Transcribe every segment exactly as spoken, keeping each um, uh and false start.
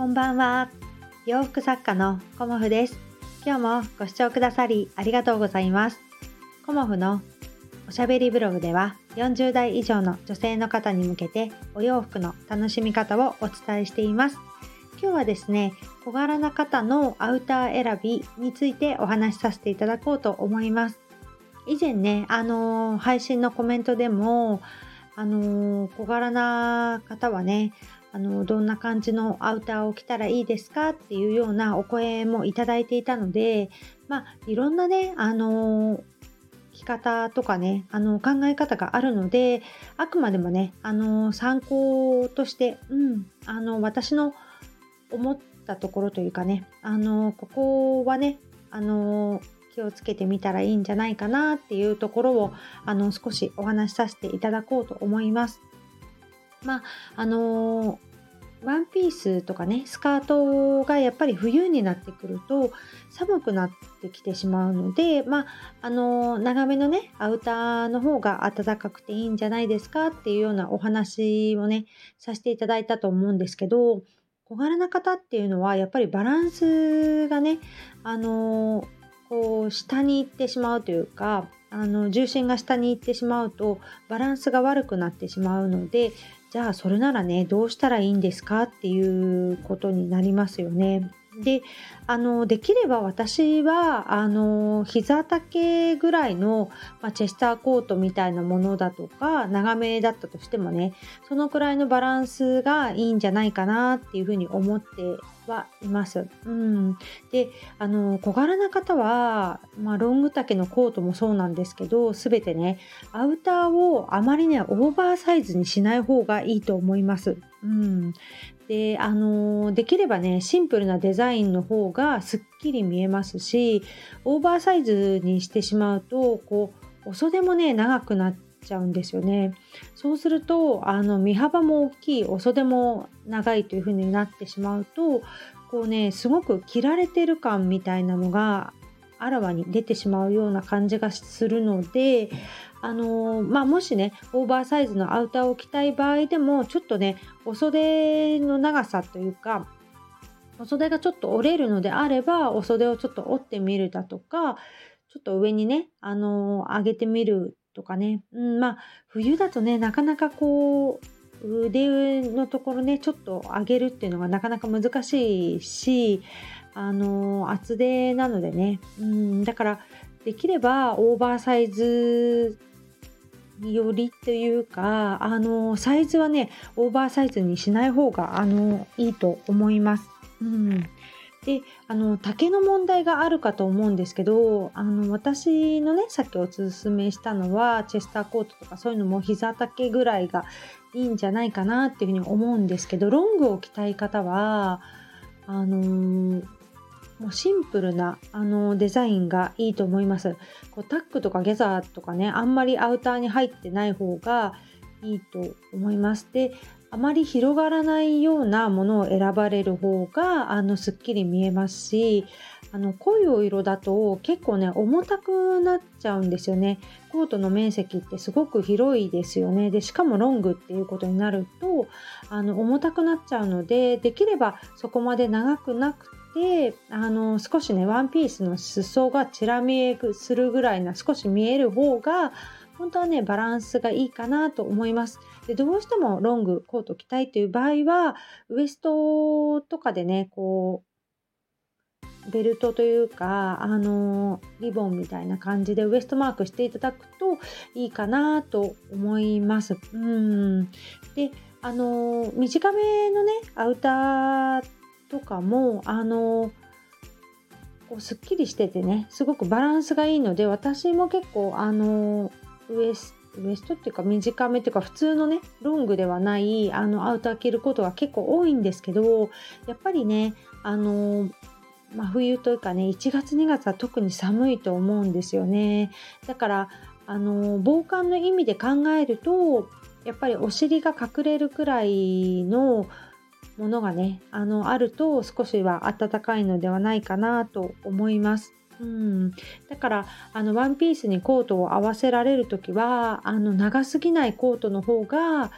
こんばんは。洋服作家のコモフです。今日もご視聴くださりありがとうございます。コモフのおしゃべりブログではよんじゅう代以上の女性の方に向けてお洋服の楽しみ方をお伝えしています。今日はですね、小柄な方のアウター選びについてお話しさせていただこうと思います。以前ね、あのー配信のコメントでも、あのー小柄な方はね、あのどんな感じのアウターを着たらいいですかっていうようなお声もいただいていたので、まあいろんなね、あの着方とかね、あの考え方があるので、あくまでもね、あの参考として、うん、あの私の思ったところというかね、あのここはね、あの気をつけてみたらいいんじゃないかなっていうところを、あの少しお話しさせていただこうと思います。まあ、あのーワンピースとかね、スカートがやっぱり冬になってくると寒くなってきてしまうので、まあ、あのー長めのね、アウターの方が暖かくていいんじゃないですかっていうようなお話をね、させていただいたと思うんですけど、小柄な方っていうのはやっぱりバランスがね、あのーこう下に行ってしまうというか、あの重心が下に行ってしまうとバランスが悪くなってしまうので、じゃあそれならね、どうしたらいいんですかっていうことになりますよね。で、あのできれば私はあの膝丈ぐらいの、まあ、チェスターコートみたいなものだとか、長めだったとしてもね、そのくらいのバランスがいいんじゃないかなっていうふうに思ってはいます。うん、で、あの小柄な方は、まあ、ロング丈のコートもそうなんですけど、すべてね、アウターをあまりね、オーバーサイズにしない方がいいと思います。うん。で、あのできればね、シンプルなデザインの方がすっきり見えますし、オーバーサイズにしてしまうと、こう、お袖もね、長くなっちゃうんですよね。そうすると、あの、身幅も大きい、お袖も長いという風になってしまうと、こうね、すごく着られてる感みたいなのがあらわに出てしまうような感じがするので、あのーまあ、もしね、オーバーサイズのアウターを着たい場合でも、ちょっとね、お袖の長さというか、お袖がちょっと折れるのであれば、お袖をちょっと折ってみるだとか、ちょっと上にね、あのー上げてみるとかね。うん、まあ、冬だとね、なかなかこう、腕のところね、ちょっと上げるっていうのがなかなか難しいし、あのー厚手なのでね、うん、だからできればオーバーサイズによりというか、あのーサイズはね、オーバーサイズにしない方が、あのーいいと思います。うん。で、あの、丈の問題があるかと思うんですけど、あの、私のね、さっきお勧めしたのは、チェスターコートとかそういうのも膝丈ぐらいがいいんじゃないかなっていうふうに思うんですけど、ロングを着たい方は、あのーもうシンプルな、あのデザインがいいと思います。こうタックとかギャザーとかね、あんまりアウターに入ってない方がいいと思います。で、あまり広がらないようなものを選ばれる方が、あのすっきり見えますし、あの濃いお色だと結構ね、重たくなっちゃうんですよね。コートの面積ってすごく広いですよね。で、しかもロングっていうことになると、あの重たくなっちゃうので、できればそこまで長くなくて、あの少しね、ワンピースの裾がちら見えするぐらいな、少し見える方が本当はね、バランスがいいかなと思います。で、どうしてもロングコート着たいという場合は、ウエストとかでね、こうベルトというか、あのリボンみたいな感じでウエストマークしていただくといいかなと思います。うん。で、あの短めのね、アウターとかも、あのこうすっきりしててね、すごくバランスがいいので、私も結構あのウエスウエストっていうか短めっていうか、普通のね、ロングではないあのアウター着ることが結構多いんですけど、やっぱりね、あの真冬というかね、いちがつにがつは特に寒いと思うんですよね。だからあの防寒の意味で考えると、やっぱりお尻が隠れるくらいのものがね、あのあると少しは暖かいのではないかなと思います。うん、だからあのワンピースにコートを合わせられるときは、あの長すぎないコートの方が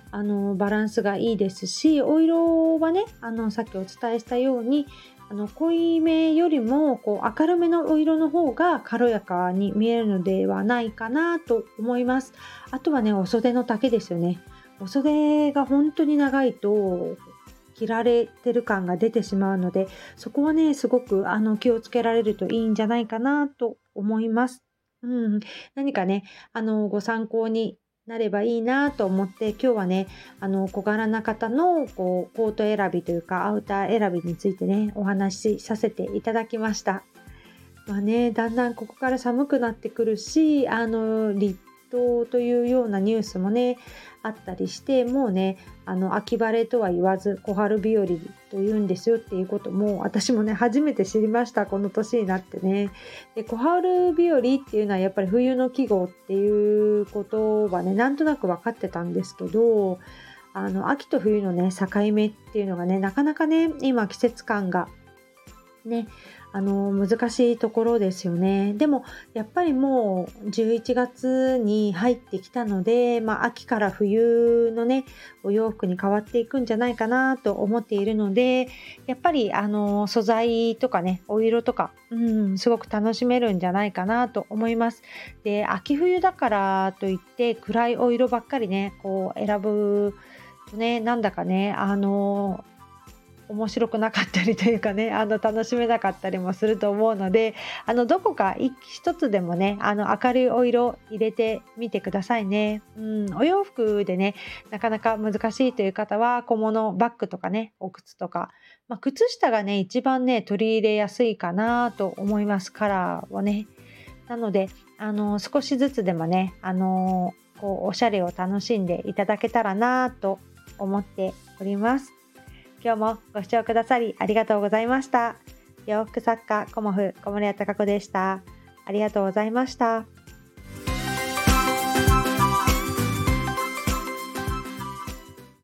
あのバランスがいいですし、お色はね、あのさっきお伝えしたように、あの濃いめよりもこう明るめのお色の方が軽やかに見えるのではないかなと思います。あとはね、お袖の丈ですよね。お袖が本当に長いと着られてる感が出てしまうので、そこはね、すごくあの気をつけられるといいんじゃないかなと思います。うん、何かね、あのご参考になればいいなと思って、今日はね、あの小柄な方のこうコート選びというかアウター選びについてね、お話しさせていただきました。まあね、だんだんここから寒くなってくるし、あの立冬というようなニュースもねあったりして、もうね、あの秋晴れとは言わず小春日和というんですよっていうことも私もね初めて知りました、この年になってね。で、小春日和っていうのはやっぱり冬の季語っていうことはね、なんとなく分かってたんですけど、あの秋と冬のね境目っていうのがね、なかなかね今季節感がね、あの難しいところですよね。でもやっぱりもうじゅういちがつに入ってきたので、まあ、秋から冬のねお洋服に変わっていくんじゃないかなと思っているので、やっぱりあの素材とかね、お色とか、うん、すごく楽しめるんじゃないかなと思います。で、秋冬だからといって暗いお色ばっかりねこう選ぶとね、なんだかね、あの面白くなかったりというかね、あの楽しめなかったりもすると思うので、あのどこか一一つでもね、あの明るいお色入れてみてくださいね。うん、お洋服でね、なかなか難しいという方は小物バッグとかね、お靴とか、まあ、靴下がね一番ね取り入れやすいかなと思います、カラーをね。なので、あの少しずつでもね、あのこうおしゃれを楽しんでいただけたらなと思っております。今日もご視聴くださりありがとうございました。洋服作家コモフ小森屋隆子でした。ありがとうございました。